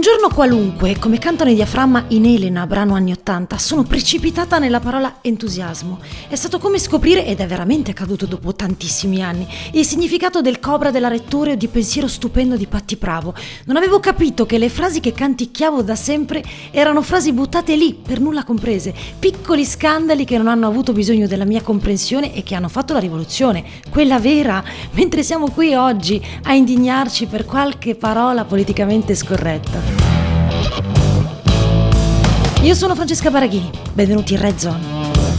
giorno qualunque, come cantano i Diaframma in Elena, brano anni 80, sono precipitata nella parola entusiasmo. È stato come scoprire, ed è veramente accaduto dopo tantissimi anni, il significato del Cobra della Rettore o di Pensiero stupendo di Patti Pravo. Non avevo capito che le frasi che canticchiavo da sempre erano frasi buttate lì, per nulla comprese, piccoli scandali che non hanno avuto bisogno della mia comprensione e che hanno fatto la rivoluzione, quella vera, mentre siamo qui oggi a indignarci per qualche parola politicamente scorretta. Io sono Francesca Baraghini, benvenuti in Red Zone.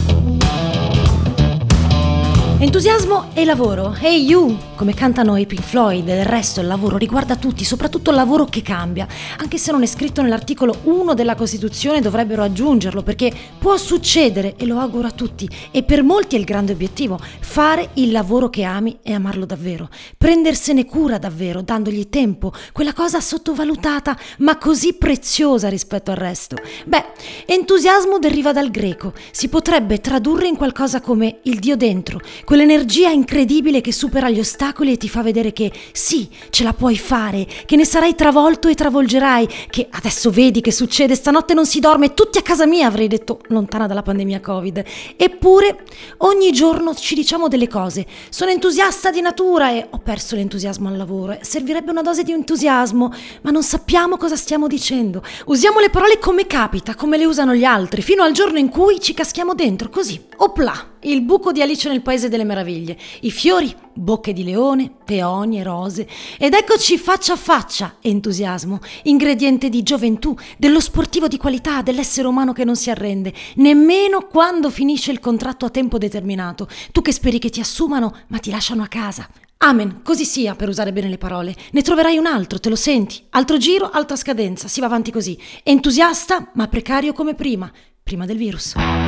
Entusiasmo e lavoro. Hey you, come cantano i Pink Floyd, del resto il lavoro riguarda tutti, soprattutto il lavoro che cambia. Anche se non è scritto nell'articolo 1 della Costituzione dovrebbero aggiungerlo, perché può succedere e lo auguro a tutti. E per molti è il grande obiettivo, fare il lavoro che ami e amarlo davvero. Prendersene cura davvero, dandogli tempo, quella cosa sottovalutata ma così preziosa rispetto al resto. Entusiasmo deriva dal greco, si potrebbe tradurre in qualcosa come il Dio dentro, quell'energia incredibile che supera gli ostacoli e ti fa vedere che sì, ce la puoi fare, che ne sarai travolto e travolgerai, che adesso vedi che succede, stanotte non si dorme, tutti a casa mia, avrei detto, lontana dalla pandemia Covid. Eppure ogni giorno ci diciamo delle cose, sono entusiasta di natura e ho perso l'entusiasmo al lavoro, servirebbe una dose di entusiasmo, ma non sappiamo cosa stiamo dicendo. Usiamo le parole come capita, come le usano gli altri, fino al giorno in cui ci caschiamo dentro, così, opla. Il buco di Alice nel Paese delle Meraviglie, i fiori, bocche di leone, peonie, rose, ed eccoci faccia a faccia, entusiasmo, ingrediente di gioventù, dello sportivo di qualità, dell'essere umano che non si arrende, nemmeno quando finisce il contratto a tempo determinato, tu che speri che ti assumano ma ti lasciano a casa. Amen, così sia, per usare bene le parole. Ne troverai un altro, te lo senti? Altro giro, altra scadenza, si va avanti così. Entusiasta ma precario come prima del virus.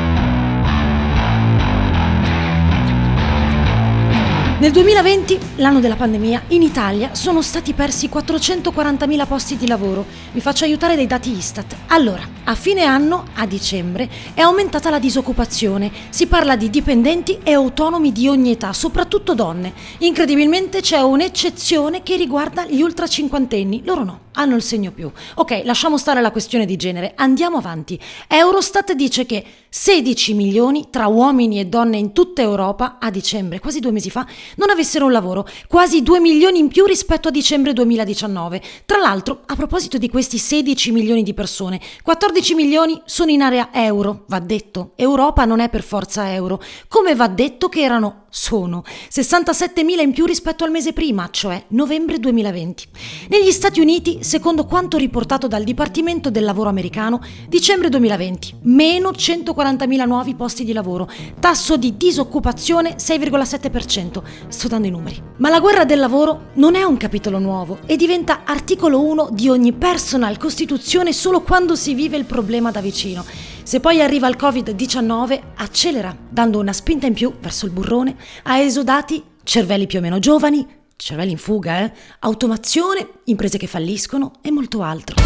Nel 2020, l'anno della pandemia, in Italia sono stati persi 440.000 posti di lavoro. Mi faccio aiutare dai dati Istat. Allora, a fine anno, a dicembre, è aumentata la disoccupazione. Si parla di dipendenti e autonomi di ogni età, soprattutto donne. Incredibilmente c'è un'eccezione che riguarda gli ultra cinquantenni. Loro no, hanno il segno più. Ok, lasciamo stare la questione di genere, andiamo avanti. Eurostat dice che 16 milioni tra uomini e donne in tutta Europa a dicembre, quasi 2 mesi fa, non avessero un lavoro, quasi 2 milioni in più rispetto a dicembre 2019. Tra l'altro, a proposito di questi 16 milioni di persone, 14 milioni sono in area euro, va detto. Europa non è per forza euro, come va detto che sono 67.000 in più rispetto al mese prima, cioè novembre 2020. Negli Stati Uniti, secondo quanto riportato dal Dipartimento del Lavoro americano, dicembre 2020, meno 140.000 nuovi posti di lavoro, tasso di disoccupazione 6,7%. Sto dando i numeri. Ma la guerra del lavoro non è un capitolo nuovo e diventa articolo 1 di ogni personal Costituzione solo quando si vive il problema da vicino. Se poi arriva il Covid-19, accelera, dando una spinta in più verso il burrone a esodati, cervelli più o meno giovani, cervelli in fuga, automazione, imprese che falliscono e molto altro.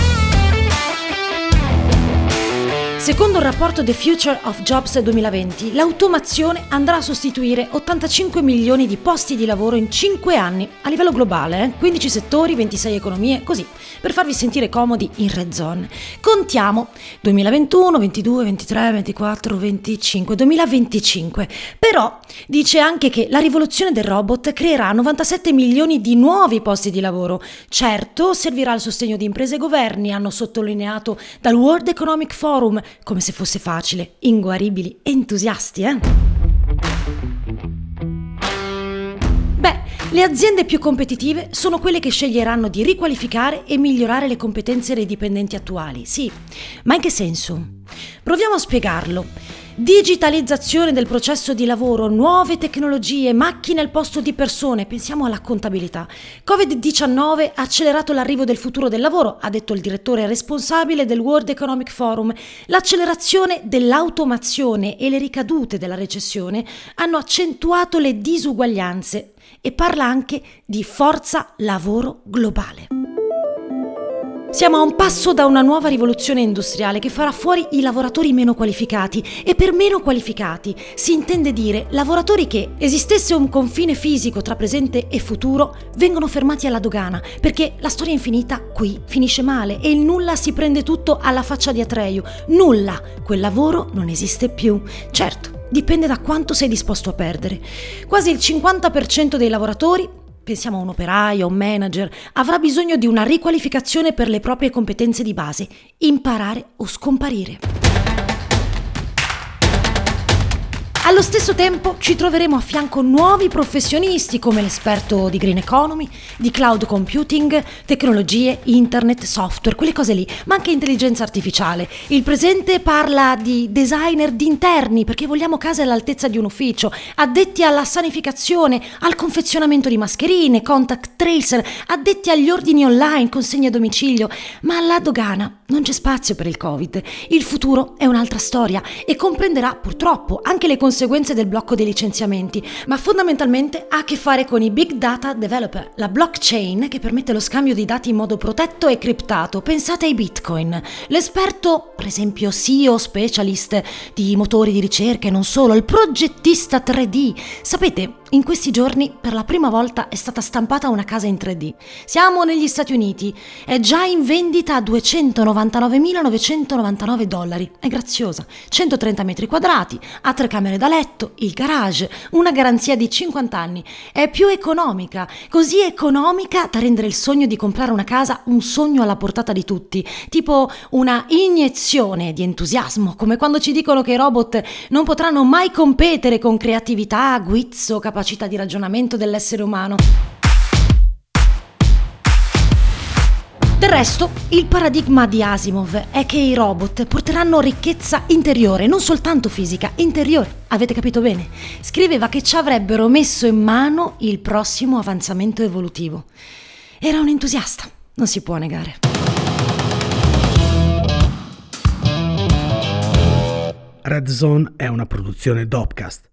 Secondo il rapporto The Future of Jobs 2020, l'automazione andrà a sostituire 85 milioni di posti di lavoro in 5 anni, a livello globale, 15 settori, 26 economie, così, per farvi sentire comodi in Red Zone. Contiamo 2021, 22, 23, 24, 25, 2025. Però dice anche che la rivoluzione del robot creerà 97 milioni di nuovi posti di lavoro. Certo, servirà il sostegno di imprese e governi, hanno sottolineato dal World Economic Forum, come se fosse facile, inguaribili entusiasti, Le aziende più competitive sono quelle che sceglieranno di riqualificare e migliorare le competenze dei dipendenti attuali. Sì, ma in che senso? Proviamo a spiegarlo. Digitalizzazione del processo di lavoro, nuove tecnologie, macchine al posto di persone, pensiamo alla contabilità. Covid-19 ha accelerato l'arrivo del futuro del lavoro, ha detto il direttore responsabile del World Economic Forum. L'accelerazione dell'automazione e le ricadute della recessione hanno accentuato le disuguaglianze e parla anche di forza lavoro globale. Siamo a un passo da una nuova rivoluzione industriale che farà fuori i lavoratori meno qualificati, e per meno qualificati si intende dire lavoratori che, esistesse un confine fisico tra presente e futuro, vengono fermati alla dogana, perché la storia infinita qui finisce male e il nulla si prende tutto alla faccia di Atreyu. Nulla, quel lavoro non esiste più. Certo, dipende da quanto sei disposto a perdere. Quasi il 50% dei lavoratori, pensiamo a un operaio, a un manager, avrà bisogno di una riqualificazione per le proprie competenze di base, imparare o scomparire. Allo stesso tempo ci troveremo a fianco nuovi professionisti come l'esperto di green economy, di cloud computing, tecnologie, internet, software, quelle cose lì, ma anche intelligenza artificiale. Il presente parla di designer di interni perché vogliamo case all'altezza di un ufficio, addetti alla sanificazione, al confezionamento di mascherine, contact tracer, addetti agli ordini online, consegne a domicilio, ma alla dogana non c'è spazio per il Covid. Il futuro è un'altra storia e comprenderà purtroppo anche le conseguenze del blocco dei licenziamenti, ma fondamentalmente ha a che fare con i big data developer, la blockchain che permette lo scambio di dati in modo protetto e criptato. Pensate ai bitcoin. L'esperto, per esempio CEO specialist di motori di ricerca e non solo, il progettista 3D. Sapete, in questi giorni per la prima volta è stata stampata una casa in 3D. Siamo negli Stati Uniti, è già in vendita a $299.999. È graziosa, 130 metri quadrati, ha 3 camere da letto, il garage, una garanzia di 50 anni. È più economica, così economica da rendere il sogno di comprare una casa un sogno alla portata di tutti, tipo una iniezione di entusiasmo, come quando ci dicono che i robot non potranno mai competere con creatività, guizzo, capacità di ragionamento dell'essere umano. Del resto, il paradigma di Asimov è che i robot porteranno ricchezza interiore, non soltanto fisica, interiore. Avete capito bene? Scriveva che ci avrebbero messo in mano il prossimo avanzamento evolutivo. Era un entusiasta, non si può negare. Red Zone è una produzione Dopcast.